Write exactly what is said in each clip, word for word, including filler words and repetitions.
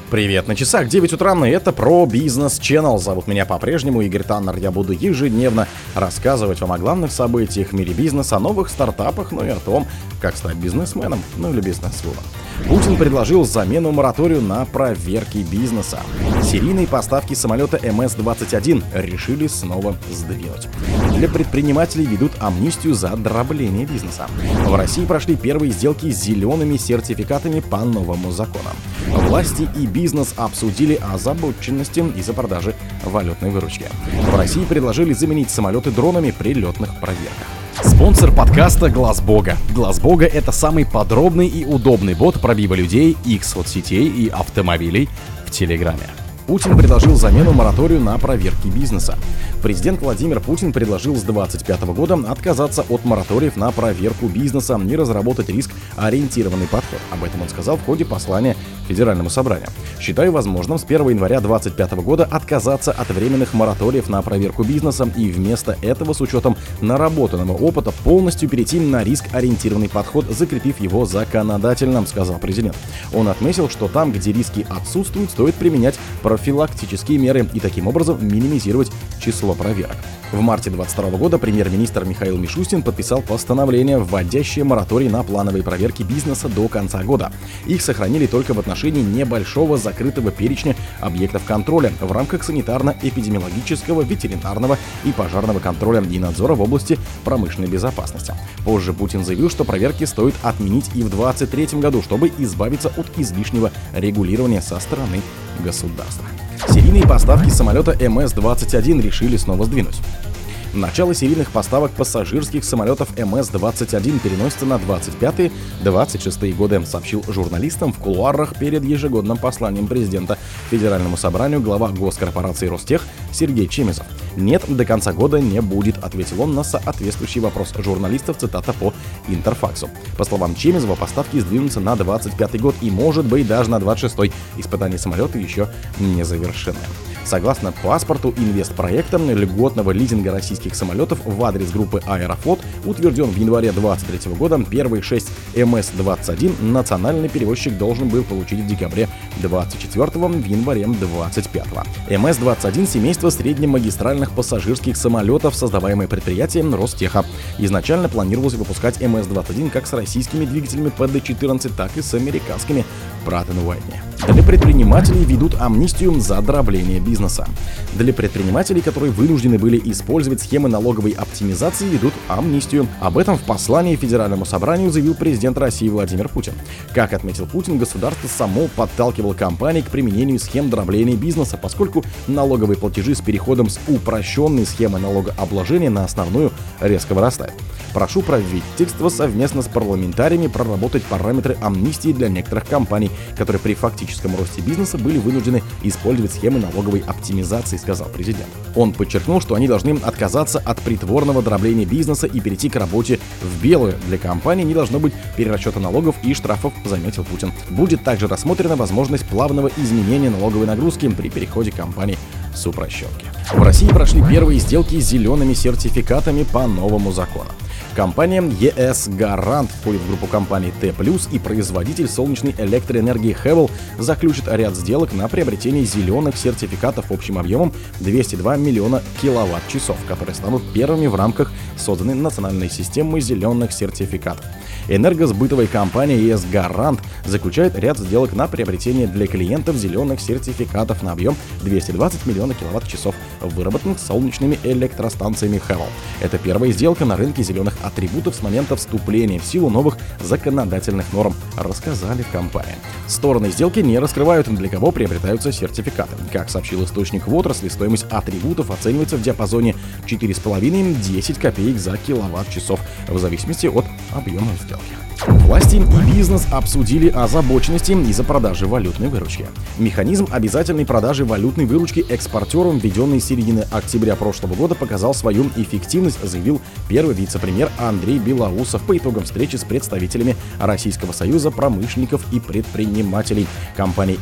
Привет, на часах девять утра, и это про Business Channel. Зовут меня по-прежнему Игорь Таннер. Я буду ежедневно рассказывать вам о главных событиях в мире бизнеса, о новых стартапах, ну и о том, как стать бизнесменом, ну или бизнесвумен. Путин предложил замену мораторию на проверки бизнеса. Серийные поставки самолета эм эс двадцать один решили снова сдвинуть. Для предпринимателей ведут амнистию за дробление бизнеса. В России прошли первые сделки с зелеными сертификатами по новому закону. Власти и бизнес обсудили озабоченности из-за продажи валютной выручки. В России предложили заменить самолеты дронами при летных проверках. Спонсор подкаста Глаз Бога. Глаз Бога — это самый подробный и удобный бот пробива людей, их соцсетей и автомобилей в Телеграме. Путин предложил замену мораторию на проверки бизнеса. Президент Владимир Путин предложил с двадцать пятого года отказаться от мораториев на проверку бизнеса и разработать риск-ориентированный подход. Об этом он сказал в ходе послания Федеральному собранию. «Считаю возможным с первого января две тысячи двадцать пятого года отказаться от временных мораториев на проверку бизнеса и вместо этого с учетом наработанного опыта полностью перейти на риск-ориентированный подход, закрепив его законодательно», — сказал президент. Он отметил, что там, где риски отсутствуют, стоит применять профилактические меры и таким образом минимизировать число проверок. В марте две тысячи двадцать второго года премьер-министр Михаил Мишустин подписал постановление, вводящее мораторий на плановые проверки бизнеса до конца года. Их сохранили только в отношении небольшого закрытого перечня объектов контроля в рамках санитарно-эпидемиологического, ветеринарного и пожарного контроля и надзора в области промышленной безопасности. Позже Путин заявил, что проверки стоит отменить и в две тысячи двадцать третьем году, чтобы избавиться от излишнего регулирования со стороны государства. Серийные поставки самолета эм эс двадцать один решили снова сдвинуть. Начало серийных поставок пассажирских самолетов эм эс двадцать один переносится на двадцать пятый — двадцать шестый годы, сообщил журналистам в кулуарах перед ежегодным посланием президента Федеральному собранию глава госкорпорации Ростех Сергей Чемезов. «Нет, до конца года не будет», — ответил он на соответствующий вопрос журналистов, цитата по Интерфаксу. По словам Чемезова, поставки сдвинутся на двадцать пятый год и, может быть, даже на двадцать шестой. Испытания самолета еще не завершены. Согласно паспорту инвестпроекта льготного лизинга российских самолетов в адрес группы «Аэрофлот», утвержден в январе две тысячи двадцать третьего года, первые шесть эм эс двадцать один национальный перевозчик должен был получить в декабре двадцать четвёртого, в январе двадцать пятого. эм эс двадцать один — семейство среднемагистральных пассажирских самолетов, создаваемое предприятием Ростеха. Изначально планировалось выпускать эм эс двадцать один как с российскими двигателями пэ дэ четырнадцать, так и с американскими Pratt энд Whitney. Для предпринимателей ведут амнистию за дробление бизнеса. Для предпринимателей, которые вынуждены были использовать схемы налоговой оптимизации, ведут амнистию. Об этом в послании Федеральному собранию заявил президент России Владимир Путин. Как отметил Путин, государство само подталкивало компании к применению схем дробления бизнеса, поскольку налоговые платежи с переходом с упрощенной схемы налогообложения на основную резко вырастают. Прошу правительство совместно с парламентариями проработать параметры амнистии для некоторых компаний, которые при фактическом росте бизнеса были вынуждены использовать схемы налоговой оптимизации, сказал президент. Он подчеркнул, что они должны отказаться от притворного дробления бизнеса и перейти к работе в белую. Для компании не должно быть перерасчета налогов и штрафов, заметил Путин. Будет также рассмотрена возможность плавного изменения налоговой нагрузки при переходе компаний с упрощенки. В России прошли первые сделки с зелеными сертификатами по новому закону. Компания и эс Гарант входит в группу компаний Т+, и производитель солнечной электроэнергии Хевел заключит ряд сделок на приобретение зеленых сертификатов общим объемом двести два миллиона киловатт-часов, которые станут первыми в рамках созданной национальной системы зеленых сертификатов. Энергосбытовая компания и эс Гарант заключает ряд сделок на приобретение для клиентов зеленых сертификатов на объем двести двадцать миллионов киловатт-часов, выработанных солнечными электростанциями Хевел. Это первая сделка на рынке зеленых атрибутов с момента вступления в силу новых законодательных норм, рассказали в компании. Стороны сделки не раскрывают, для кого приобретаются сертификаты. Как сообщил источник в отрасли, стоимость атрибутов оценивается в диапазоне четыре с половиной - десять копеек за киловатт-часов, в зависимости от объема сделки. Власти и бизнес обсудили озабоченности из-за продажи валютной выручки. Механизм обязательной продажи валютной выручки экспортерам, введенный с середины октября прошлого года, показал свою эффективность, заявил первый вице-премьер Андрей Белоусов по итогам встречи с представителями Российского союза промышленников и предпринимателей,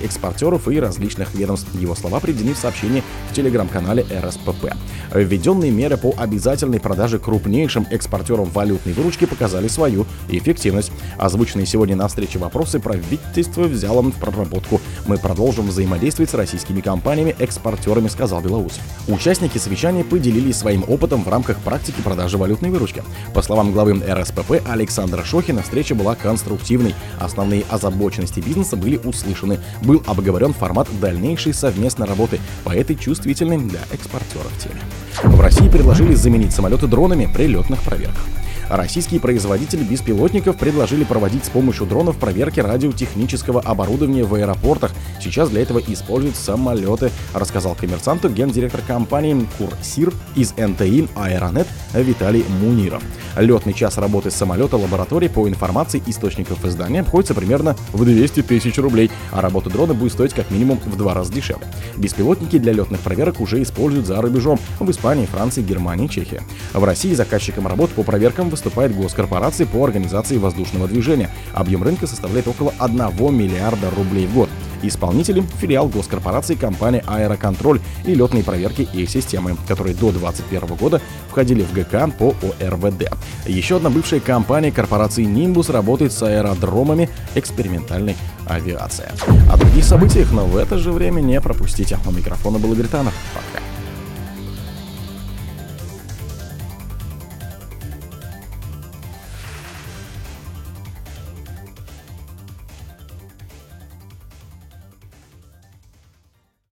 компаний-экспортеров и различных ведомств. Его слова приведены в сообщении в телеграм-канале эр эс пэ пэ. Введенный меры по обязательной продаже крупнейшим экспортерам валютной выручки показали свою эффективность. Озвученные сегодня на встрече вопросы правительство взяло в проработку. Мы продолжим взаимодействовать с российскими компаниями-экспортерами, сказал Белоусов. Участники совещания поделились своим опытом в рамках практики продажи валютной выручки. По словам главы эр эс пэ пэ Александра Шохина, встреча была конструктивной. Основные озабоченности бизнеса были услышаны. Был обговорен формат дальнейшей совместной работы по этой чувствительной для экспортеров теме. В России предложили заменить самолеты дронами при летных проверках. Российские производители беспилотников предложили проводить с помощью дронов проверки радиотехнического оборудования в аэропортах. Сейчас для этого используют самолеты, рассказал «Коммерсанту» гендиректор компании «Курсир» из эн тэ и «Аэронет» Виталий Муниров. Летный час работы самолета лаборатории, по информации источников издания, обходится примерно в двести тысяч рублей, а работа дрона будет стоить как минимум в два раза дешевле. Беспилотники для летных проверок уже используют за рубежом в Испании, Франции, Германии, Чехии. В России заказчиком работ по проверкам выступает госкорпорация по организации воздушного движения. Объем рынка составляет около одного миллиарда рублей в год. Исполнителем — филиал госкорпорации компания «Аэроконтроль» и летные проверки их системы, которые до две тысячи двадцать первого года входили в гэ ка по о эр вэ дэ. Еще одна бывшая компания корпорации «Нимбус» работает с аэродромами экспериментальной авиации. О других событиях, но в это же время не пропустите. У микрофона был Игорь Таннер. Пока.